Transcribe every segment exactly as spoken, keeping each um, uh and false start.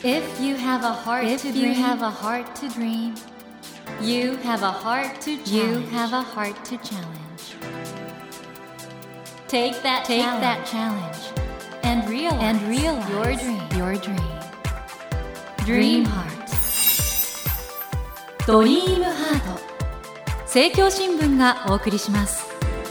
If you have a heart If to you dream, have a heart to dream, you have a heart to challenge. you have a heart to challenge. Take that Take challenge that challenge and realize, and realize your dream. your dream. Dream Dream Heart. Heart. ドリームハート。政教新聞がお送りします。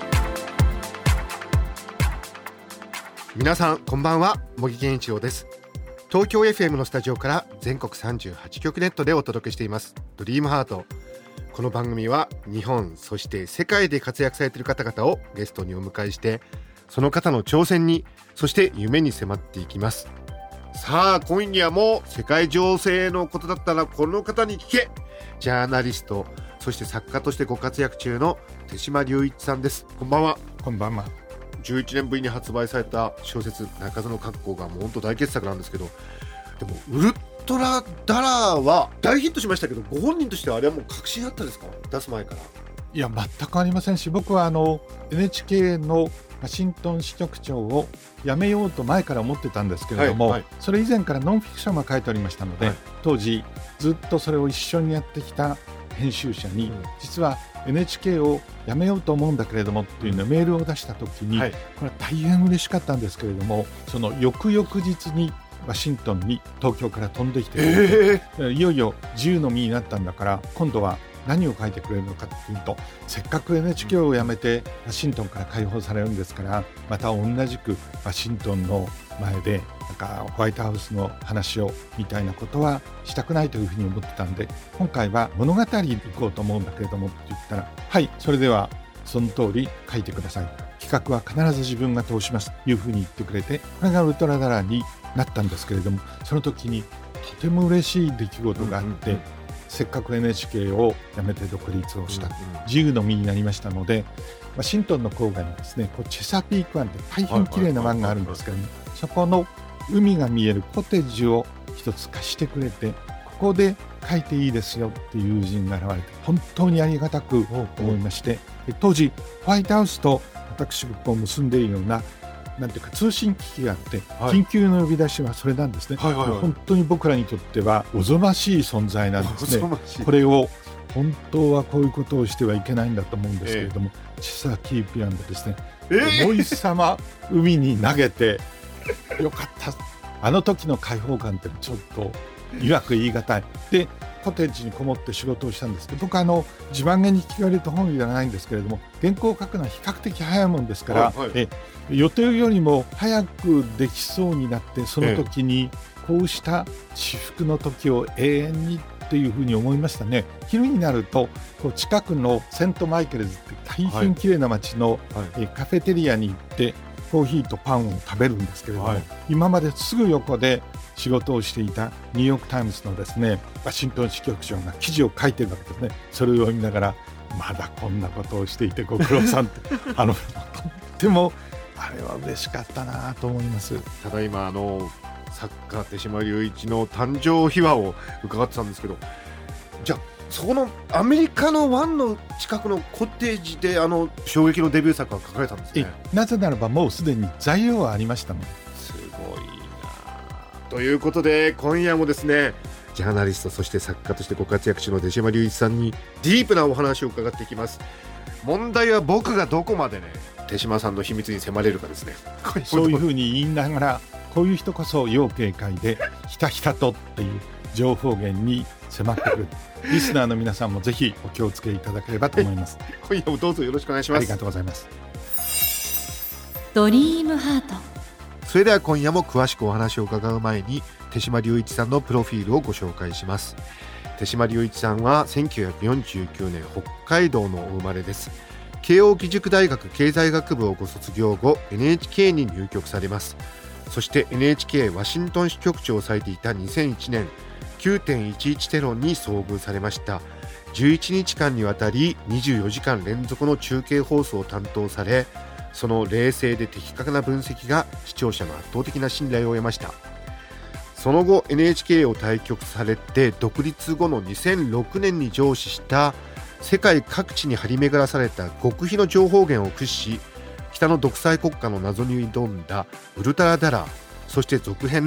皆さんこんばんは、茂木健一郎です。東京 エフエム のスタジオから全国さんじゅうはちきょくネットでお届けしていますドリームハート。この番組は日本そして世界で活躍されている方々をゲストにお迎えして、その方の挑戦にそして夢に迫っていきます。さあ今夜も世界情勢のことだったらこの方に聞け。ジャーナリストそして作家としてご活躍中の手島隆一さんです。こんばんは。 こんばんは。 じゅういちねんぶりに発売された小説鳴かずの格好がもう本当大傑作なんですけど、でもウルトラダラーは大ヒットしましたけど、ご本人としてはあれはもう確信あったですか？出す前から。 いや全くありませんし、僕はあの エヌエイチケー のワシントン支局長を辞めようと前から思ってたんですけれども、はいはい、それ以前からノンフィクションは書いておりましたので、はい、当時ずっとそれを一緒にやってきた編集者に、うん、実は エヌエイチケー を辞めようと思うんだけれどもっていうのメールを出した時に、はい、これは大変嬉しかったんですけれども、その翌々日にワシントンに東京から飛んできてくれて、えー、いよいよ自由の身になったんだから今度は何を書いてくれるのかっていうと、せっかく エヌエイチケー を辞めてワシントンから解放されるんですから、また同じくワシントンの前でなんかホワイトハウスの話をみたいなことはしたくないというふうに思ってたんで、今回は物語に行こうと思うんだけれどもって言ったら、はい、それではその通り書いてください、企画は必ず自分が通しますというふうに言ってくれて、これがウルトラダラーになったんですけれども、その時にとても嬉しい出来事があって、うんうんうん、せっかく エヌエイチケー を辞めて独立をした、うんうん、自由の身になりましたので、ワシントンの郊外にですね、こうチェサピーク湾って大変綺麗な湾があるんですけども、そこの海が見えるコテージを一つ貸してくれて、ここで書いていいですよっていう友人が現れて本当にありがたく思いまして、当時ホワイトハウスと私がこう結んでいるようななんていうか通信機器があって、はい、緊急の呼び出しはそれなんですね、はいはいはい、本当に僕らにとってはおぞましい存在なんですね。これを本当はこういうことをしてはいけないんだと思うんですけれども、えー、チェサキーピアンでですね、えー、思いさま海に投げてよかったあの時の解放感ってちょっといわく言い難いで、コテージにこもって仕事をしたんですけど、僕はあの自慢げに聞かれると本意ではないんですけれども、原稿を書くのは比較的早いもんですから、はいはい、え予定よりも早くできそうになって、その時にこうした至福の時を永遠にっていうふうに思いましたね。昼になるとこう近くのセントマイケルズって大変綺麗な街の、はいはい、カフェテリアに行ってコーヒーとパンを食べるんですけれども、はい、今まですぐ横で仕事をしていたニューヨークタイムズのですね、ワシントン支局長が記事を書いてるわけですね。それを読みながら、まだこんなことをしていてご苦労さんってあのとってもあれは嬉しかったなと思います。 ただ今あの作家手島隆一の誕生秘話を伺ってたんですけど、じゃあそこのアメリカの湾の近くのコテージであの衝撃のデビュー作が書かれたんですね。 なぜならばもうすでに材料はありましたので。 すごいなということで、今夜もですね、ジャーナリストそして作家としてご活躍中の手島隆一さんにディープなお話を伺っていきます。問題は僕がどこまでね手島さんの秘密に迫れるかですね。 そういうふうに言いながら、こういう人こそ要警戒でひたひたとっていう情報源に迫ってくるリスナーの皆さんもぜひお気をつけいただければと思います。 今夜もどうぞよろしくお願いします。 ありがとうございます。 ドリームハート。 それでは今夜も詳しくお話を伺う前に、手島隆一さんのプロフィールをご紹介します。手島隆一さんはせんきゅうひゃくよんじゅうきゅうねん北海道のお生まれです。慶應義塾大学経済学部をご卒業後 エヌエイチケー に入局されます。そして エヌエイチケー ワシントン支局長をされていたにせんいちねん きゅうてんいちいち テロに遭遇されました。じゅういちにちかんにわたりにじゅうよじかん連続の中継放送を担当され、その冷静で的確な分析が視聴者の圧倒的な信頼を得ました。その後 エヌエイチケー を退局されて、独立後のにせんろくねんに上梓した世界各地に張り巡らされた極秘の情報源を駆使し、北の独裁国家の謎に挑んだウルトラダラー、そして続編の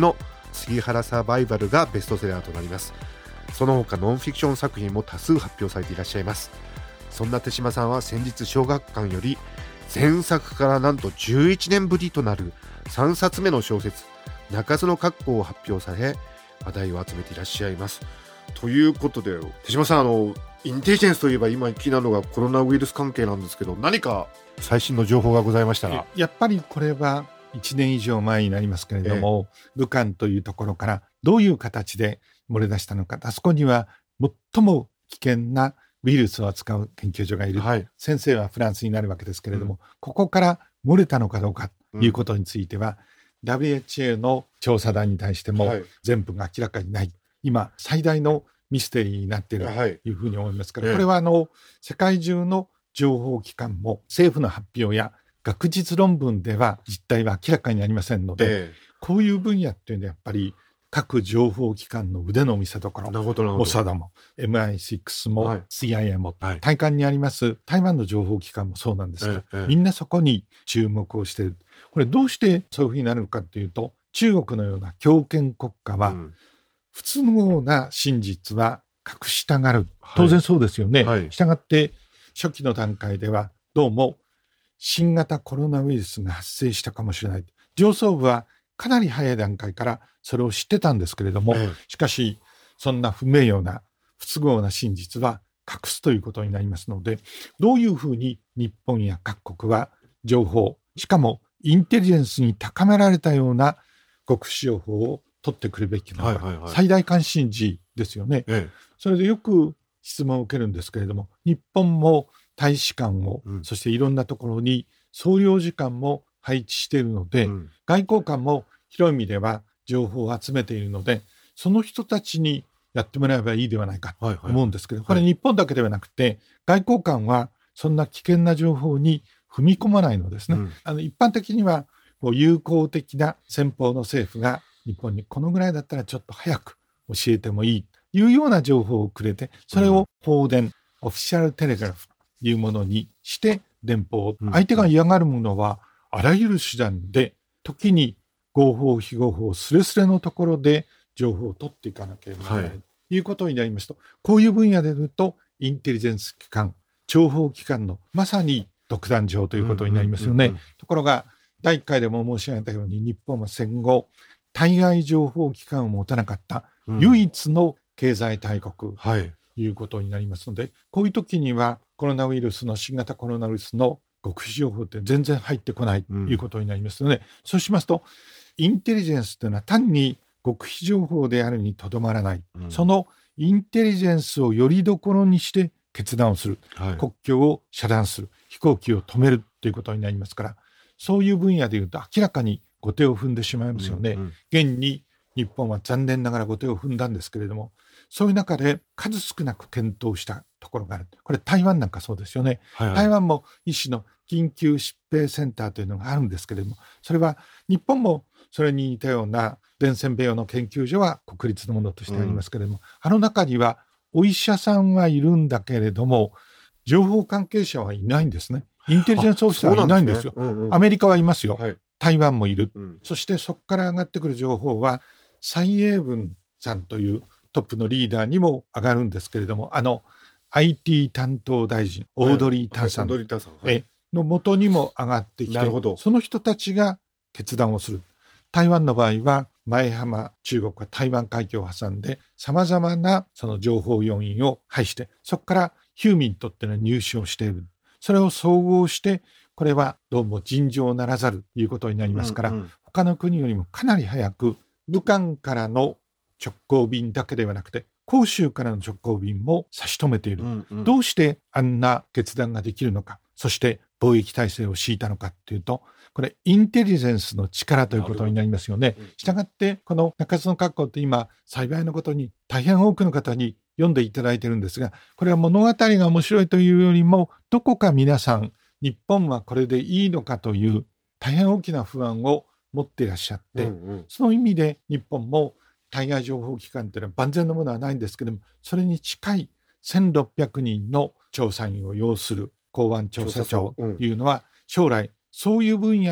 杉原サバイバルがベストセラーとなります。その他ノンフィクション作品も多数発表されていらっしゃいます。そんな手島さんは先日小学館より前作からなんとじゅういちねんぶりとなるさんさつめの小説鳴かずの格好を発表され話題を集めていらっしゃいます。ということで手島さん、あのインテリジェンスといえば今気になるのがコロナウイルス関係なんですけど、何か最新の情報がございましたら。 やっぱりこれはいちねん以上前になりますけれども、ええ、武漢というところからどういう形で漏れ出したのか、あそこには最も危険なウイルスを扱う研究所がいる、はい、先生はフランスになるわけですけれども、うん、ここから漏れたのかどうかということについては、うん、ダブリューエイチオー の調査団に対しても全部が明らかにない、はい、今最大のミステリーになっているというふうに思いますから、はい、これはあの世界中の情報機関も政府の発表や学術論文では実態は明らかになりませんので、えー、こういう分野っていうのはやっぱり各情報機関の腕の見せ所、モサダも エムアイシックス も、はい、シーアイエー も、はい、対岸にあります台湾の情報機関もそうなんですが、えーえー、みんなそこに注目をしている。これどうしてそういうふうになるのかというと、中国のような強権国家は、うん、不都合な真実は隠したがる、当然そうですよね、はいはい、したがって初期の段階ではどうも新型コロナウイルスが発生したかもしれない。上層部はかなり早い段階からそれを知ってたんですけれども、ええ、しかしそんな不名誉な不都合な真実は隠すということになりますので、どういうふうに日本や各国は情報、しかもインテリジェンスに高められたような極秘情報を取ってくるべきなのか、はいはいはい、最大関心事ですよね、ええ、それでよく質問を受けるんですけれども、日本も大使館を、うん、そしていろんなところに総領事館も配置しているので、うん、外交官も広い意味では情報を集めているので、その人たちにやってもらえばいいではないかと思うんですけど、はいはい、これ日本だけではなくて、外交官はそんな危険な情報に踏み込まないのですね、うん、あの一般的にはこう友好的な先方の政府が日本にこのぐらいだったらちょっと早く教えてもいいというような情報をくれて、それを報電、うん、オフィシャルテレグラフというものにして電報、うん、相手が嫌がるものはあらゆる手段で、時に合法非合法スレスレのところで情報を取っていかなければいけない、はい、ということになりますと、こういう分野で言うとインテリジェンス機関、諜報機関のまさに独壇場ということになりますよね、うんうんうんうん、ところがだいいっかいでも申し上げたように、日本は戦後対外情報機関を持たなかった唯一の経済大国、うん、はい、ということになりますので、こういう時にはコロナウイルスの新型コロナウイルスの極秘情報って全然入ってこないということになりますので、うん、そうしますとインテリジェンスというのは単に極秘情報であるにとどまらない、うん、そのインテリジェンスをよりどころにして決断をする、はい、国境を遮断する、飛行機を止めるということになりますから、そういう分野でいうと明らかに後手を踏んでしまいますよね、うんうん、現に日本は残念ながら後手を踏んだんですけれども、そういう中で数少なく検討したところがある。これ台湾なんかそうですよね、はいはい、台湾も一種の緊急疾病センターというのがあるんですけれども、それは日本もそれに似たような伝染病の研究所は国立のものとしてありますけれども、うん、あの中にはお医者さんはいるんだけれども情報関係者はいないんですね。インテリジェンスオフィサーはいないんですよ。ですね、うんうん、アメリカはいますよ、はい、台湾もいる、うん、そしてそこから上がってくる情報は蔡英文さんというトップのリーダーにも上がるんですけれども、あの アイティー 担当大臣オードリー・タンさんの元にも上がってきて、その人たちが決断をする。台湾の場合は前浜、中国は台湾海峡を挟んでさまざまなその情報要員を配して、そこからヒューミントっていうのは入手をしている。それを総合してこれはどうも尋常ならざるということになりますから、うんうん、他の国よりもかなり早く武漢からの直行便だけではなくて広州からの直行便も差し止めている、うんうん、どうしてあんな決断ができるのか、そして貿易体制を敷いたのかっていうと、これインテリジェンスの力ということになりますよね。したがってこの鳴かずの格好って今幸いのことに大変多くの方に読んでいただいているんですが、これは物語が面白いというよりも、どこか皆さん日本はこれでいいのかという大変大きな不安を持っていらっしゃって、うんうん、その意味で日本も対外情報機関というのは万全のものはないんですけども、それに近いせんろっぴゃくにんの調査員を要する公安調査庁というのは、将来そういう分野に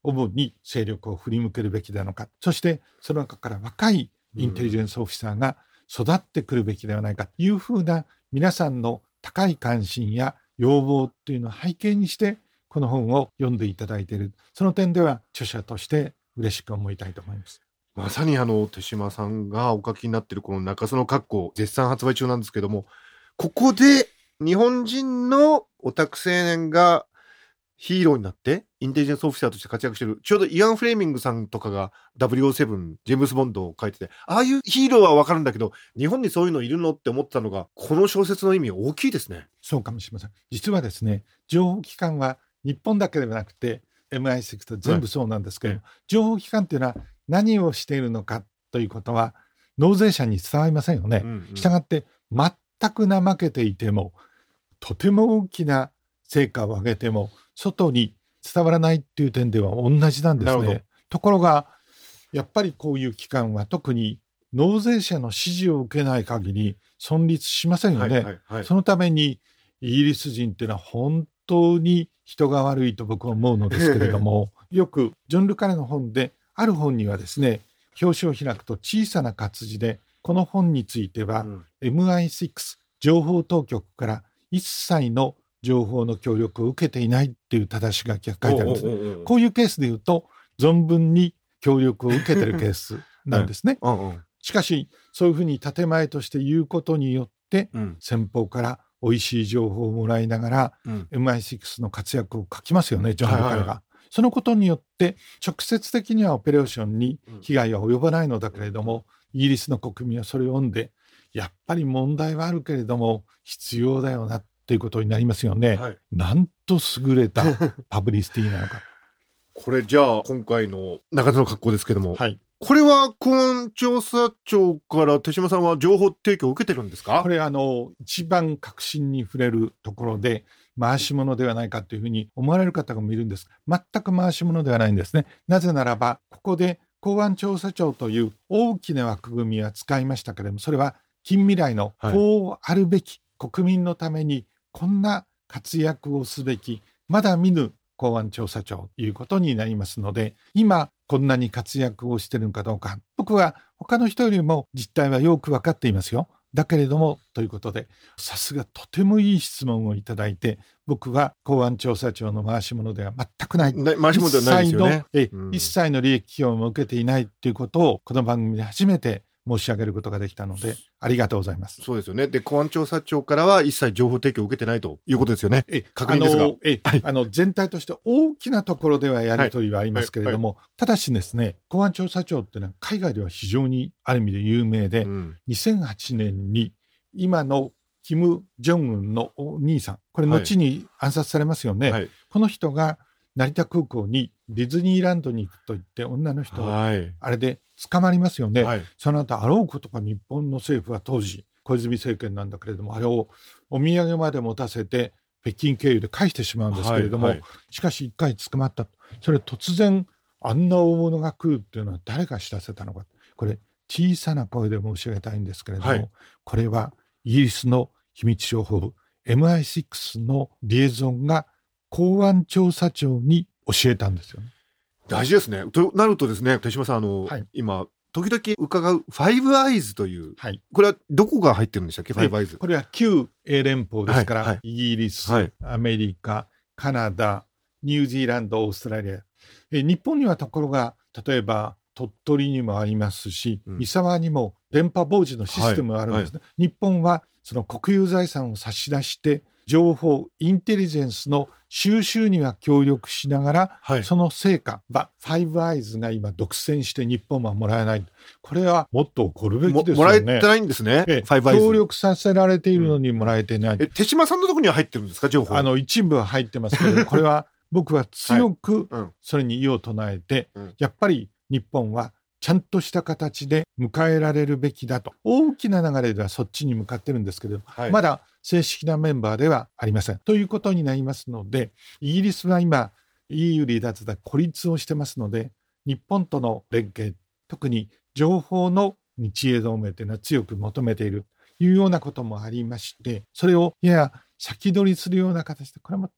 主に勢力を振り向けるべきなのか、そしてその中から若いインテリジェンスオフィサーが育ってくるべきではないかというふうな皆さんの高い関心や要望っていうのを背景にしてこの本を読んでいただいている。その点では著者として嬉しく思いたいと思います。 まさにあの手島さんがお書きになっているこの中洲の括弧絶賛発売中なんですけども、ここで日本人のオタク青年がヒーローになってインテリジェンスオフィサーとして活躍している。ちょうどイアン・フレーミングさんとかがダブリューオーセブン、ジェームス・ボンドを書いてて、ああいうヒーローはわかるんだけど日本にそういうのいるのって思ったのが、この小説の意味大きいですね。 そうかもしれません。実はですね、情報機関は日本だけではなくて エムアイシックス と全部そうなんですけど、はい、情報機関っていうのは何をしているのかということは納税者に伝わりませんよね。うんうん、したがって全く怠けていてもとても大きな成果を上げても外に伝わらないっていう点では同じなんですね。ところがやっぱりこういう機関は特に納税者の支持を受けない限り存立しませんよね。はいはいはい、そのためにイギリス人っていうのは本当に人が悪いと僕は思うのですけれどもよくジョン・ルカレの本である本にはですね、表紙を開くと小さな活字でこの本については、うん、エムアイシックス 情報当局から一切の情報の協力を受けていないっていう正し書きが書いてあるんです。おうおうおう、こういうケースでいうと存分に協力を受けてるケースなんですね。うんうん、しかしそういうふうに建前として言うことによって、うん、先方から美味しい情報をもらいながら、うん、エムアイシックス の活躍を書きますよね、ジョン・ルカレが。はいはいはい、そのことによって直接的にはオペレーションに被害は及ばないのだけれども、イギリスの国民はそれを読んでやっぱり問題はあるけれども必要だよなっていうことになりますよね。はい、なんと優れたパブリシティなのか。 これじゃあ今回の中洲の括弧ですけども、はい、これは公安調査庁から手島さんは情報提供を受けてるんですか？ これあの一番核心に触れるところで回し物ではないかというふうに思われる方もいるんです。全く回し物ではないんですね。なぜならばここで公安調査庁という大きな枠組みは使いましたけれども、それは近未来のこうあるべき、はい、国民のためにこんな活躍をすべきまだ見ぬ公安調査庁ということになりますので、今こんなに活躍をしているのかどうか、僕は他の人よりも実態はよく分かっていますよ。だけれどもということで、さすがとてもいい質問をいただいて、僕は公安調査庁の回し物では全くない、 回し物ではないですよね。 一切の、うん、一切の利益寄与も受けていないということをこの番組で初めて申し上げることができたのでありがとうございます。 そうですよね。で公安調査庁からは一切情報提供を受けてないということですよね。え確認ですが、あのえ、はい、あの全体として大きなところではやり取りはありますけれども、はいはいはい、ただしですね、公安調査庁っていうのは海外では非常にある意味で有名で、うん、にせんはちねんに今のキム・ジョンウンのお兄さん、これ後に暗殺されますよね、はい、この人が成田空港にディズニーランドに行くと言って女の人、はい、あれで捕まりますよね、はい、その後あろうことか日本の政府は当時小泉政権なんだけれども、あれをお土産まで持たせて北京経由で返してしまうんですけれども、はいはい、しかし一回捕まった。それ突然あんな大物が来るっていうのは誰が知らせたのか、これ小さな声で申し上げたいんですけれども、はい、これはイギリスの秘密情報部 エムアイシックス のリエゾンが公安調査庁に教えたんですよね。 大事ですね。となるとですね、手島さん、あの、はい、今時々伺うファイブアイズという、はい、これはどこが入ってるんでしたっけ？ファイブアイズ。 これは旧英連邦ですから、はいはい、イギリス、はい、アメリカ、カナダ、ニュージーランド、オーストラリア。え日本にはところが例えば鳥取にもありますし、うん、三沢にも電波傍受のシステムがあるんですね、はいはい、日本はその国有財産を差し出して情報インテリジェンスの収集には協力しながら、はい、その成果はファイブアイズが今独占して日本はもらえない。これはもっと起こるべきですよね。 も, もらえてないんですね。 ファイブアイズ協力させられているのにもらえてない、うん、 え手島さんのところには入ってるんですか？情報あの一部は入ってますけどこれは僕は強くそれに異を唱えて、はいうん、やっぱり日本はちゃんとした形で迎えられるべきだと、大きな流れではそっちに向かってるんですけど、はい、まだ正式なメンバーではありませんということになりますので、イギリスは今 イーユー 離脱で孤立をしてますので、日本との連携、特に情報の日英同盟というのは強く求めているというようなこともありまして、それをやや先取りするような形で、これもちょっ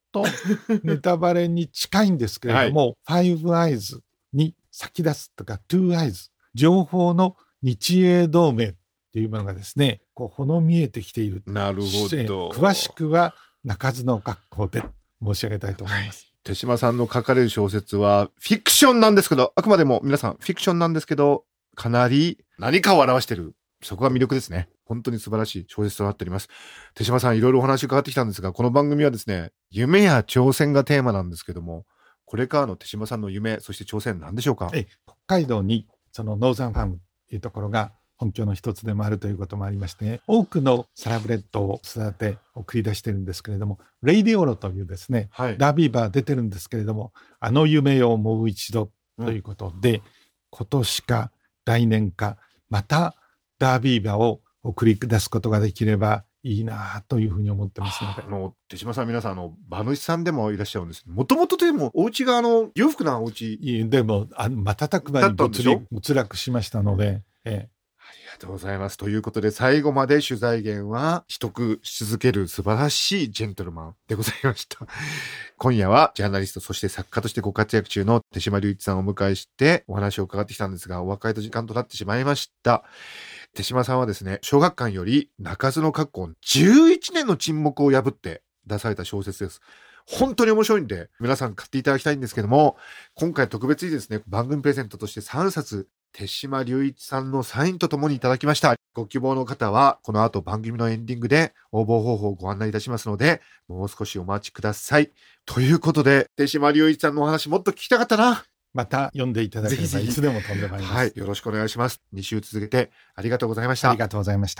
とネタバレに近いんですけれども、はい、ファイブアイズに先立つとかトゥーアイズ、情報の日英同盟というものがですね、こうほの見えてきている。 なるほど。 詳しくは鳴かずの学校で申し上げたいと思います。 手島さんの書かれる小説はフィクションなんですけど、あくまでも皆さんフィクションなんですけど、かなり何かを表している。そこが魅力ですね。本当に素晴らしい小説となっております。手島さん、いろいろお話伺ってきたんですが、この番組はですね、夢や挑戦がテーマなんですけども、これからの手島さんの夢、そして挑戦何でしょうか？ え北海道にそのノーザンファームというところが本拠の一つでもあるということもありまして、ね、多くのサラブレッドを育て送り出してるんですけれども、レイディオロというですね、はい、ダービー馬出てるんですけれども、あの夢をもう一度ということで、うん、今年か来年かまたダービー馬を送り出すことができればいいなというふうに思ってますので。 あの手島さん、皆さんあの馬主さんでもいらっしゃるんです。もともとでもお家があの裕福なお家。 いいでもあ瞬く間に没落しましたので、ええ、 ありがとうございます。ということで最後まで取材源は取得し続ける素晴らしいジェントルマンでございました。今夜はジャーナリスト、そして作家としてご活躍中の手島隆一さんをお迎えしてお話を伺ってきたんですが、お別れの時間となってしまいました。手島さんはですね、小学館より鳴かずの格好じゅういちねんの沈黙を破って出された小説です。本当に面白いんで皆さん買っていただきたいんですけども、今回特別にですね、番組プレゼントとしてさんさつ手島隆一さんのサインとともにいただきました。ご希望の方はこの後番組のエンディングで応募方法をご案内いたしますので、もう少しお待ちください。ということで、手島隆一さんのお話もっと聞きたかったな。 また読んでいただければいつでも飛んでまいります。 はい、よろしくお願いします。に週続けてありがとうございました。 ありがとうございました。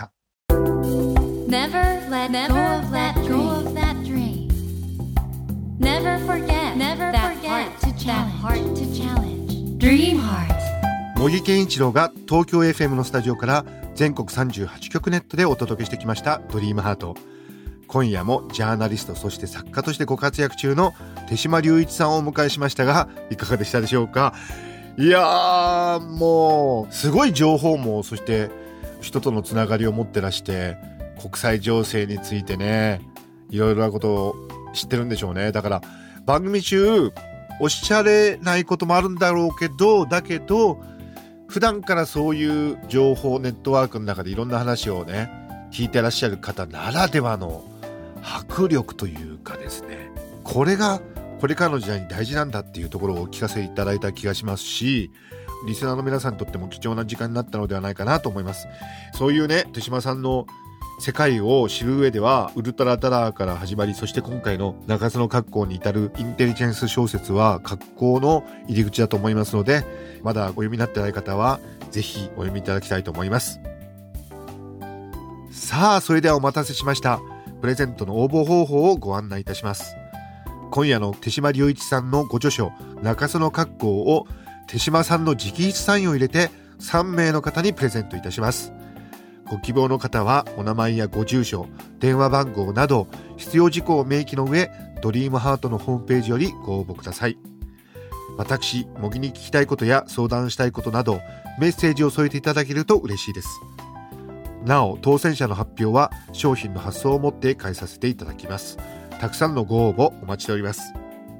Never let go of that dream. Never forget that heart to challenge. Dream Heart. 茂木健一郎が東京 エフエム のスタジオから全国さんじゅうはちきょくネットでお届けしてきましたドリームハート。今夜もジャーナリスト、そして作家としてご活躍中の手島隆一さんをお迎えしましたが、いかがでしたでしょうか？いやー、もうすごい情報も、そして人とのつながりを持ってらして、国際情勢についてね、いろいろなことを知ってるんでしょうね。だから番組中おっしゃれないこともあるんだろうけど、だけど普段からそういう情報ネットワークの中でいろんな話をね聞いてらっしゃる方ならではの迫力というかですね、これがこれからの時代に大事なんだっていうところをお聞かせいただいた気がしますし、リスナーの皆さんにとっても貴重な時間になったのではないかなと思います。そういうね、手島さんの世界を知る上ではウルトラダラーから始まり、そして今回の鳴かずの格好に至るインテリジェンス小説は格好の入り口だと思いますので、まだお読みになってない方はぜひお読みいただきたいと思います。さあ、それではお待たせしました。プレゼントの応募方法をご案内いたします。今夜の手島隆一さんのご著書鳴かずの格好を手島さんの直筆サインを入れてさんめいの方にプレゼントいたします。ご希望の方はお名前やご住所、電話番号など必要事項を明記の上、ドリームハートのホームページよりご応募ください。私、茂木に聞きたいことや相談したいことなどメッセージを添えていただけると嬉しいです。なお、当選者の発表は商品の発送をもって返させていただきます。たくさんのご応募お待ちしております。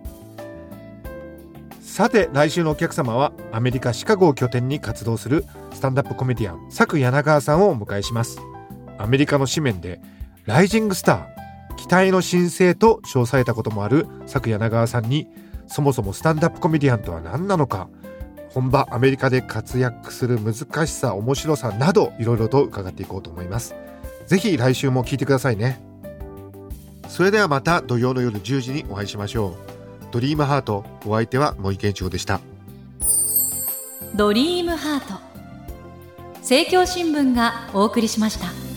さて、来週のお客様はアメリカシカゴを拠点に活動するスタンダップコメディアン佐久柳川さんをお迎えします。アメリカの紙面でライジングスター、期待の新星と称されたこともある佐久柳川さんに、そもそもスタンダップコメディアンとは何なのか、本場アメリカで活躍する難しさ、面白さなどいろいろと伺っていこうと思います。ぜひ来週も聞いてくださいね。それではまた土曜の夜じゅうじにお会いしましょう。ドリームハート、お相手は茂木健一郎でした。 ドリームハート、政教新聞がお送りしました。